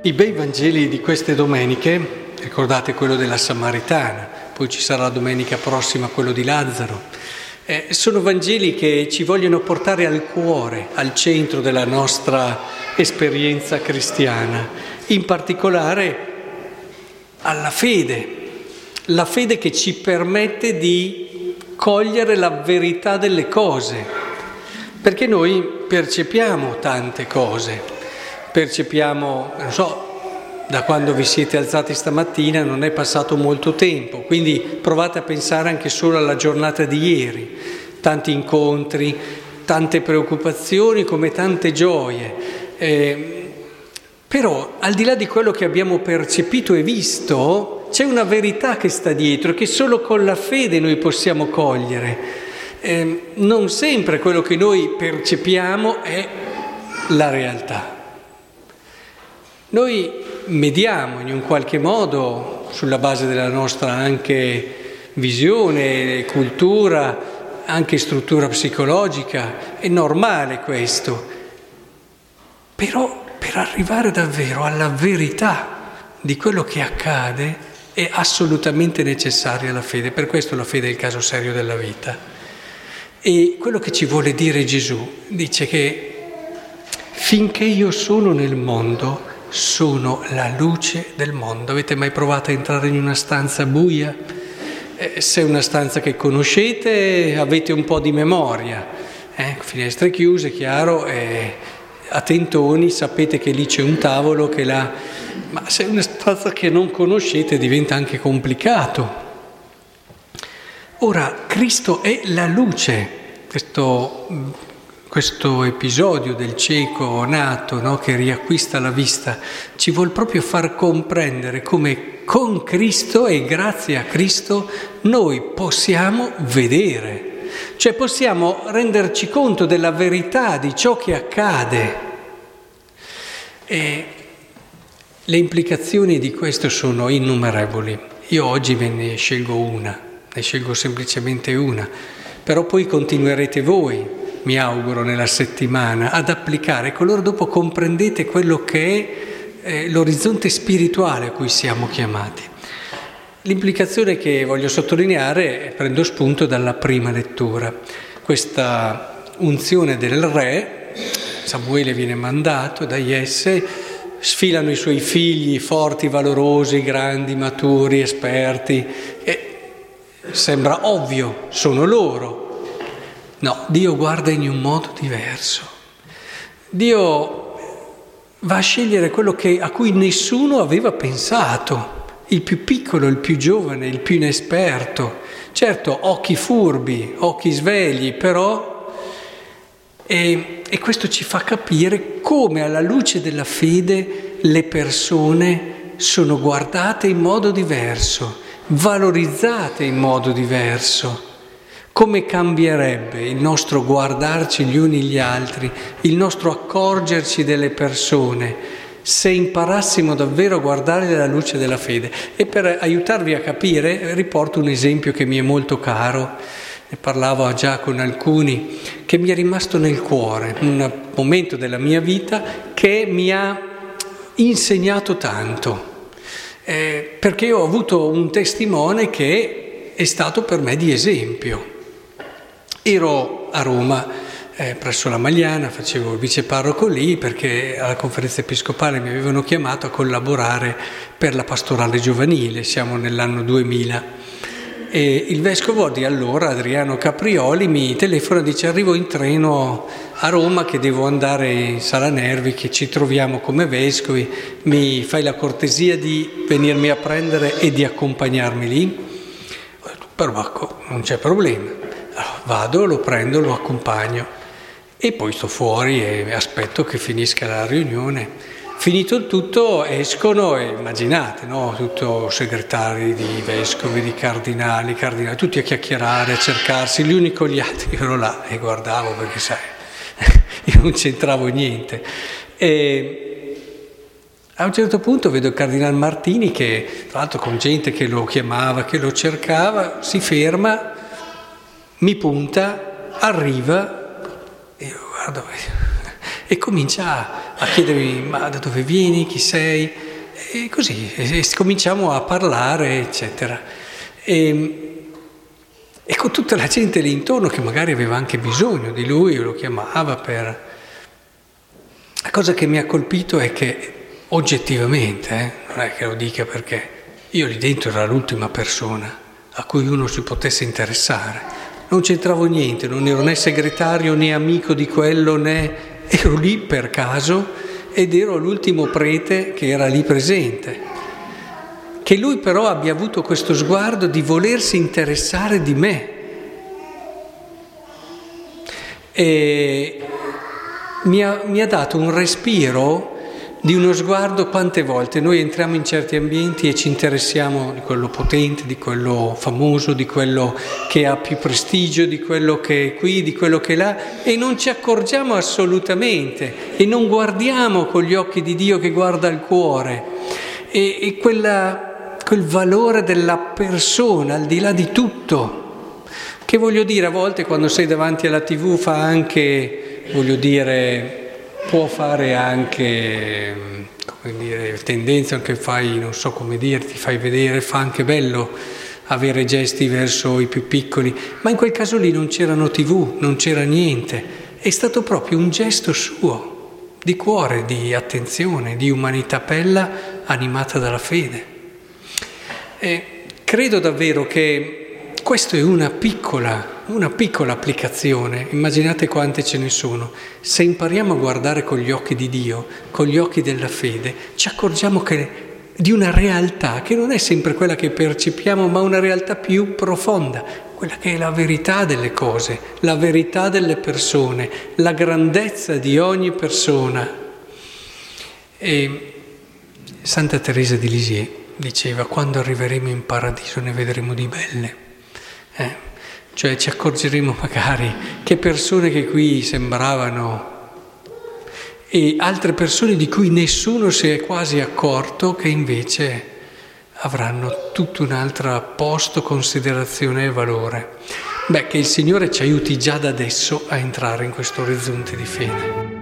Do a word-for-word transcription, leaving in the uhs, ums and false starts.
I bei Vangeli di queste domeniche, ricordate quello della Samaritana, poi ci sarà la domenica prossima quello di Lazzaro, eh, sono Vangeli che ci vogliono portare al cuore, al centro della nostra esperienza cristiana, in particolare alla fede, la fede che ci permette di cogliere la verità delle cose, perché noi percepiamo tante cose. Percepiamo, non so, da quando vi siete alzati stamattina non è passato molto tempo, quindi provate a pensare anche solo alla giornata di ieri, tanti incontri, tante preoccupazioni come tante gioie, eh, però al di là di quello che abbiamo percepito e visto c'è una verità che sta dietro, che solo con la fede noi possiamo cogliere. Eh, non sempre quello che noi percepiamo è la realtà. Noi mediamo in un qualche modo, sulla base della nostra anche visione, cultura, anche struttura psicologica, è normale questo, però per arrivare davvero alla verità di quello che accade è assolutamente necessaria la fede, per questo la fede è il caso serio della vita. E quello che ci vuole dire Gesù dice che finché io sono nel mondo, sono la luce del mondo. Avete mai provato a entrare in una stanza buia? Eh, se è una stanza che conoscete, avete un po' di memoria, eh? Finestre chiuse, chiaro, eh, attentoni, sapete che lì c'è un tavolo, che là... ma se è una stanza che non conoscete diventa anche complicato. Ora, Cristo è la luce, questo... Questo episodio del cieco nato, no, che riacquista la vista, ci vuol proprio far comprendere come con Cristo e grazie a Cristo noi possiamo vedere, cioè possiamo renderci conto della verità di ciò che accade. E le implicazioni di questo sono innumerevoli. Io oggi ve ne scelgo una, ne scelgo semplicemente una, però poi continuerete voi, mi auguro, nella settimana, ad applicare, e allora dopo comprendete quello che è eh, l'orizzonte spirituale a cui siamo chiamati. L'implicazione che voglio sottolineare, prendo spunto dalla prima lettura, questa unzione del re, Samuele viene mandato da Jesse, sfilano i suoi figli forti, valorosi, grandi, maturi, esperti, e sembra ovvio, sono loro. No, Dio guarda in un modo diverso. Dio va a scegliere quello che, a cui nessuno aveva pensato, il più piccolo, il più giovane, il più inesperto. Certo, occhi furbi, occhi svegli, però... E, e questo ci fa capire come alla luce della fede le persone sono guardate in modo diverso, valorizzate in modo diverso. Come cambierebbe il nostro guardarci gli uni gli altri, il nostro accorgerci delle persone, se imparassimo davvero a guardare alla luce della fede. E per aiutarvi a capire riporto un esempio che mi è molto caro, ne parlavo già con alcuni, che mi è rimasto nel cuore, un momento della mia vita che mi ha insegnato tanto, eh, perché ho avuto un testimone che è stato per me di esempio. Ero a Roma, eh, presso la Magliana, facevo il viceparroco lì perché alla conferenza episcopale mi avevano chiamato a collaborare per la pastorale giovanile, siamo nell'anno duemila. E il vescovo di allora, Adriano Caprioli, mi telefona e dice: arrivo in treno a Roma che devo andare in Sala Nervi, che ci troviamo come vescovi, mi fai la cortesia di venirmi a prendere e di accompagnarmi lì? Ho detto, però non c'è problema. Allora, vado, lo prendo, lo accompagno e poi sto fuori e aspetto che finisca la riunione. Finito il tutto escono e immaginate, no? Tutto segretari di vescovi, di cardinali, cardinali, tutti a chiacchierare, a cercarsi, gli uni con gli altri. Io ero là e guardavo perché sai, io non c'entravo niente. E a un certo punto vedo il cardinal Martini che, tra l'altro con gente che lo chiamava, che lo cercava, si ferma, mi punta, arriva e io guardo e comincia a chiedermi ma da dove vieni, chi sei, e così, e, e cominciamo a parlare, eccetera. E, e con tutta la gente lì intorno che magari aveva anche bisogno di lui, lo chiamava per... La cosa che mi ha colpito è che oggettivamente, eh, non è che lo dica perché io lì dentro era l'ultima persona a cui uno si potesse interessare. Non c'entravo niente, non ero né segretario né amico di quello, né ero lì per caso ed ero l'ultimo prete che era lì presente. Che lui però abbia avuto questo sguardo di volersi interessare di me. E mi ha, mi ha dato un respiro di uno sguardo. Quante volte noi entriamo in certi ambienti e ci interessiamo di quello potente, di quello famoso, di quello che ha più prestigio, di quello che è qui, di quello che è là, e non ci accorgiamo assolutamente e non guardiamo con gli occhi di Dio che guarda il cuore e, e quella, quel valore della persona al di là di tutto. Che voglio dire, a volte quando sei davanti alla tivù fa anche, voglio dire... può fare anche, come dire, tendenza che fai, non so come dire, ti fai vedere, fa anche bello avere gesti verso i più piccoli, ma in quel caso lì non c'erano tivù, non c'era niente, è stato proprio un gesto suo, di cuore, di attenzione, di umanità bella animata dalla fede. E credo davvero che questa è una piccola, una piccola applicazione, immaginate quante ce ne sono. Se impariamo a guardare con gli occhi di Dio, con gli occhi della fede, ci accorgiamo che di una realtà che non è sempre quella che percepiamo, ma una realtà più profonda, quella che è la verità delle cose, la verità delle persone, la grandezza di ogni persona. E Santa Teresa di Lisieux diceva: quando arriveremo in paradiso ne vedremo di belle. Eh, cioè ci accorgeremo magari che persone che qui sembravano e altre persone di cui nessuno si è quasi accorto che invece avranno tutto un altro posto, considerazione e valore. Beh, che il Signore ci aiuti già da adesso a entrare in questo orizzonte di fede.